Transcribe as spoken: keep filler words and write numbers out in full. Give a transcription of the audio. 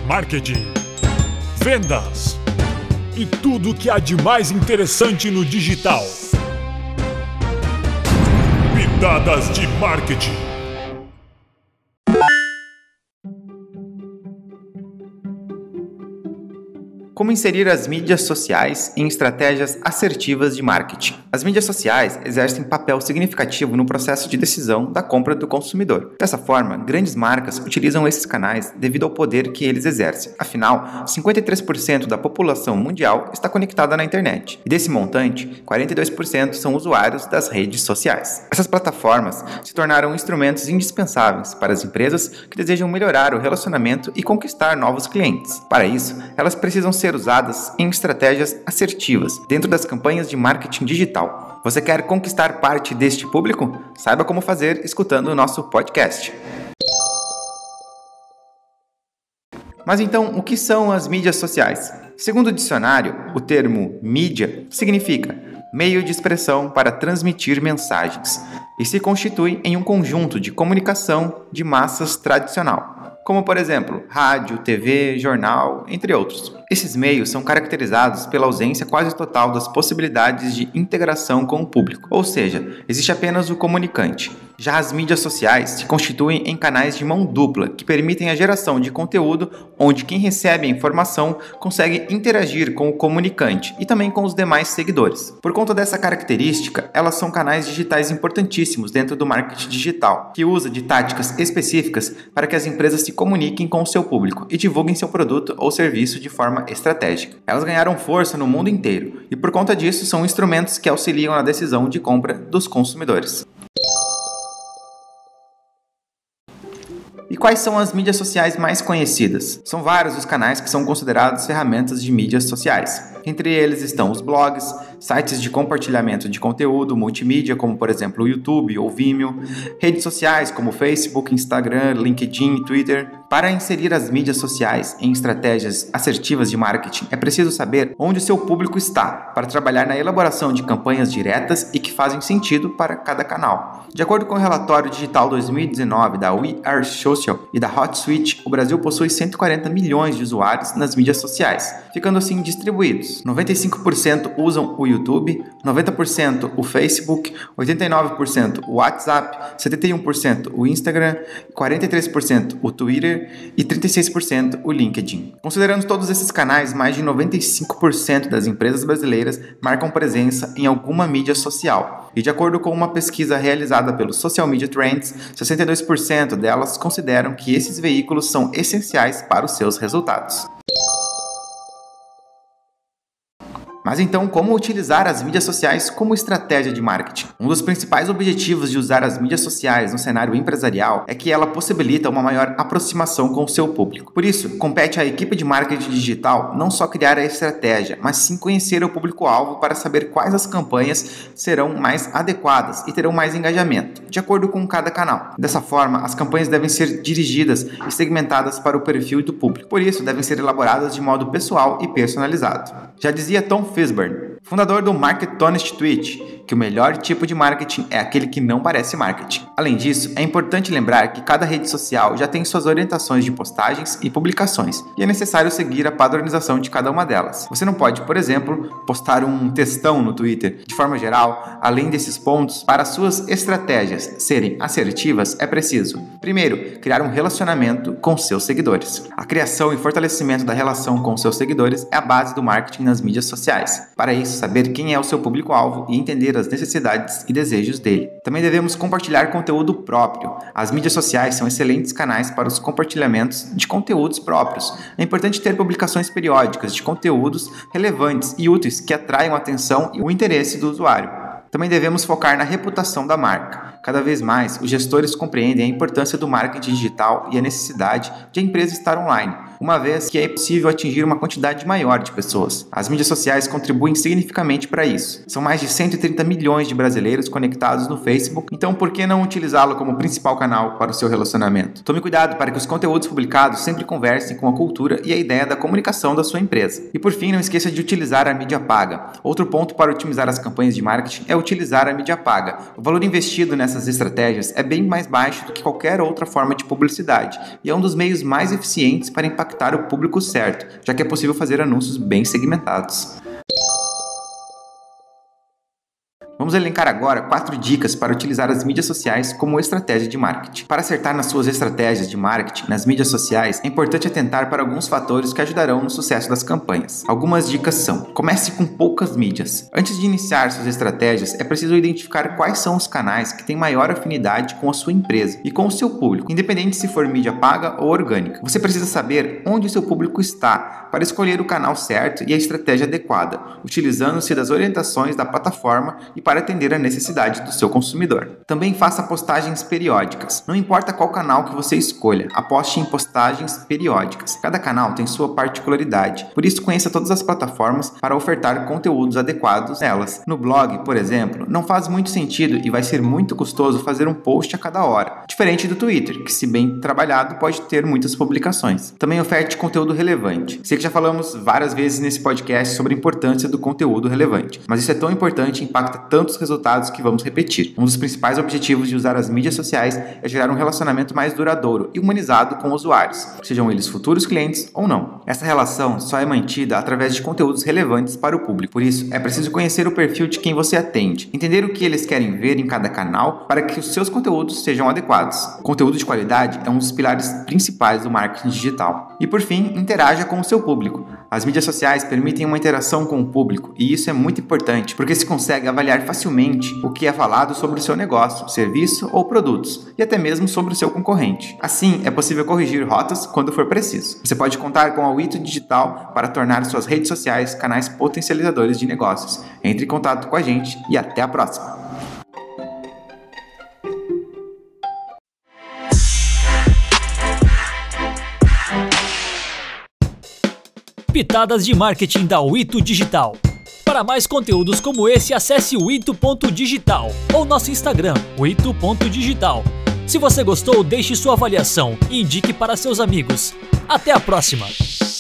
marketing, vendas e tudo o que há de mais interessante no digital. Pitadas de Marketing. Como inserir as mídias sociais em estratégias assertivas de marketing? As mídias sociais exercem papel significativo no processo de decisão da compra do consumidor. Dessa forma, grandes marcas utilizam esses canais devido ao poder que eles exercem. Afinal, cinquenta e três por cento da população mundial está conectada na internet. E desse montante, quarenta e dois por cento são usuários das redes sociais. Essas plataformas se tornaram instrumentos indispensáveis para as empresas que desejam melhorar o relacionamento e conquistar novos clientes. Para isso, elas precisam ser usadas em estratégias assertivas dentro das campanhas de marketing digital. Você quer conquistar parte deste público? Saiba como fazer escutando o nosso podcast. Mas então, o que são as mídias sociais? Segundo o dicionário, o termo mídia significa meio de expressão para transmitir mensagens e se constitui em um conjunto de comunicação de massas tradicional, como por exemplo, rádio, T V, jornal, entre outros. Esses meios são caracterizados pela ausência quase total das possibilidades de integração com o público, ou seja, existe apenas o comunicante. Já as mídias sociais se constituem em canais de mão dupla que permitem a geração de conteúdo onde quem recebe a informação consegue interagir com o comunicante e também com os demais seguidores. Por conta dessa característica, elas são canais digitais importantíssimos dentro do marketing digital, que usa de táticas específicas para que as empresas se comuniquem com o seu público e divulguem seu produto ou serviço de forma estratégica. Elas ganharam força no mundo inteiro e por conta disso são instrumentos que auxiliam na decisão de compra dos consumidores. E quais são as mídias sociais mais conhecidas? São vários os canais que são considerados ferramentas de mídias sociais. Entre eles estão os blogs, sites de compartilhamento de conteúdo multimídia, como por exemplo o YouTube ou Vimeo, redes sociais como Facebook, Instagram, LinkedIn e Twitter. Para inserir as mídias sociais em estratégias assertivas de marketing, é preciso saber onde o seu público está, para trabalhar na elaboração de campanhas diretas e que fazem sentido para cada canal. De acordo com o relatório digital dois mil e dezenove da We Are Social e da Hootsuite, o Brasil possui cento e quarenta milhões de usuários nas mídias sociais, ficando assim distribuídos. noventa e cinco por cento usam o YouTube, noventa por cento o Facebook, oitenta e nove por cento o WhatsApp, setenta e um por cento o Instagram, quarenta e três por cento o Twitter e trinta e seis por cento o LinkedIn. Considerando todos esses canais, mais de noventa e cinco por cento das empresas brasileiras marcam presença em alguma mídia social. E de acordo com uma pesquisa realizada pelo Social Media Trends, sessenta e dois por cento delas consideram que esses veículos são essenciais para os seus resultados. Mas então, como utilizar as mídias sociais como estratégia de marketing? Um dos principais objetivos de usar as mídias sociais no cenário empresarial é que ela possibilita uma maior aproximação com o seu público. Por isso, compete à equipe de marketing digital não só criar a estratégia, mas sim conhecer o público-alvo para saber quais as campanhas serão mais adequadas e terão mais engajamento, de acordo com cada canal. Dessa forma, as campanhas devem ser dirigidas e segmentadas para o perfil do público. Por isso, devem ser elaboradas de modo pessoal e personalizado. Já dizia Tom Fishburne, fundador do Market Honest Tweet, que o melhor tipo de marketing é aquele que não parece marketing. Além disso, é importante lembrar que cada rede social já tem suas orientações de postagens e publicações, e é necessário seguir a padronização de cada uma delas. Você não pode, por exemplo, postar um textão no Twitter. De forma geral, além desses pontos, para suas estratégias serem assertivas, é preciso, primeiro, criar um relacionamento com seus seguidores. A criação e fortalecimento da relação com seus seguidores é a base do marketing nas mídias sociais. Para isso, saber quem é o seu público-alvo e entender as necessidades e desejos dele. Também devemos compartilhar conteúdo próprio. As mídias sociais são excelentes canais para os compartilhamentos de conteúdos próprios. É importante ter publicações periódicas de conteúdos relevantes e úteis que atraiam a atenção e o interesse do usuário. Também devemos focar na reputação da marca. Cada vez mais, os gestores compreendem a importância do marketing digital e a necessidade de a empresa estar online, uma vez que é possível atingir uma quantidade maior de pessoas. As mídias sociais contribuem significativamente para isso. São mais de cento e trinta milhões de brasileiros conectados no Facebook, então por que não utilizá-lo como principal canal para o seu relacionamento? Tome cuidado para que os conteúdos publicados sempre conversem com a cultura e a ideia da comunicação da sua empresa. E por fim, não esqueça de utilizar a mídia paga. Outro ponto para otimizar as campanhas de marketing é utilizar a mídia paga. O valor investido nessas nessas estratégias é bem mais baixo do que qualquer outra forma de publicidade e é um dos meios mais eficientes para impactar o público certo, já que é possível fazer anúncios bem segmentados. Vamos elencar agora quatro dicas para utilizar as mídias sociais como estratégia de marketing. Para acertar nas suas estratégias de marketing nas mídias sociais, é importante atentar para alguns fatores que ajudarão no sucesso das campanhas. Algumas dicas são: comece com poucas mídias. Antes de iniciar suas estratégias, é preciso identificar quais são os canais que têm maior afinidade com a sua empresa e com o seu público, independente se for mídia paga ou orgânica. Você precisa saber onde o seu público está para escolher o canal certo e a estratégia adequada, utilizando-se das orientações da plataforma e para atender a necessidade do seu consumidor. Também faça postagens periódicas. Não importa qual canal que você escolha, aposte em postagens periódicas. Cada canal tem sua particularidade, por isso conheça todas as plataformas para ofertar conteúdos adequados nelas. No blog, por exemplo, não faz muito sentido e vai ser muito custoso fazer um post a cada hora, diferente do Twitter, que se bem trabalhado pode ter muitas publicações. Também oferte conteúdo relevante. Sei que já falamos várias vezes nesse podcast sobre a importância do conteúdo relevante, mas isso é tão importante e impacta tanto tantos resultados que vamos repetir. Um dos principais objetivos de usar as mídias sociais é gerar um relacionamento mais duradouro e humanizado com usuários, sejam eles futuros clientes ou não. Essa relação só é mantida através de conteúdos relevantes para o público. Por isso, é preciso conhecer o perfil de quem você atende, entender o que eles querem ver em cada canal para que os seus conteúdos sejam adequados. O conteúdo de qualidade é um dos pilares principais do marketing digital. E por fim, interaja com o seu público. As mídias sociais permitem uma interação com o público e isso é muito importante, porque se consegue avaliar facilmente o que é falado sobre o seu negócio, serviço ou produtos, e até mesmo sobre o seu concorrente. Assim, é possível corrigir rotas quando for preciso. Você pode contar com a Wito Digital para tornar suas redes sociais canais potencializadores de negócios. Entre em contato com a gente e até a próxima! Pitadas de marketing da Wito Digital. Para mais conteúdos como esse, acesse wito ponto digital ou nosso Instagram, wito ponto digital. Se você gostou, deixe sua avaliação e indique para seus amigos. Até a próxima!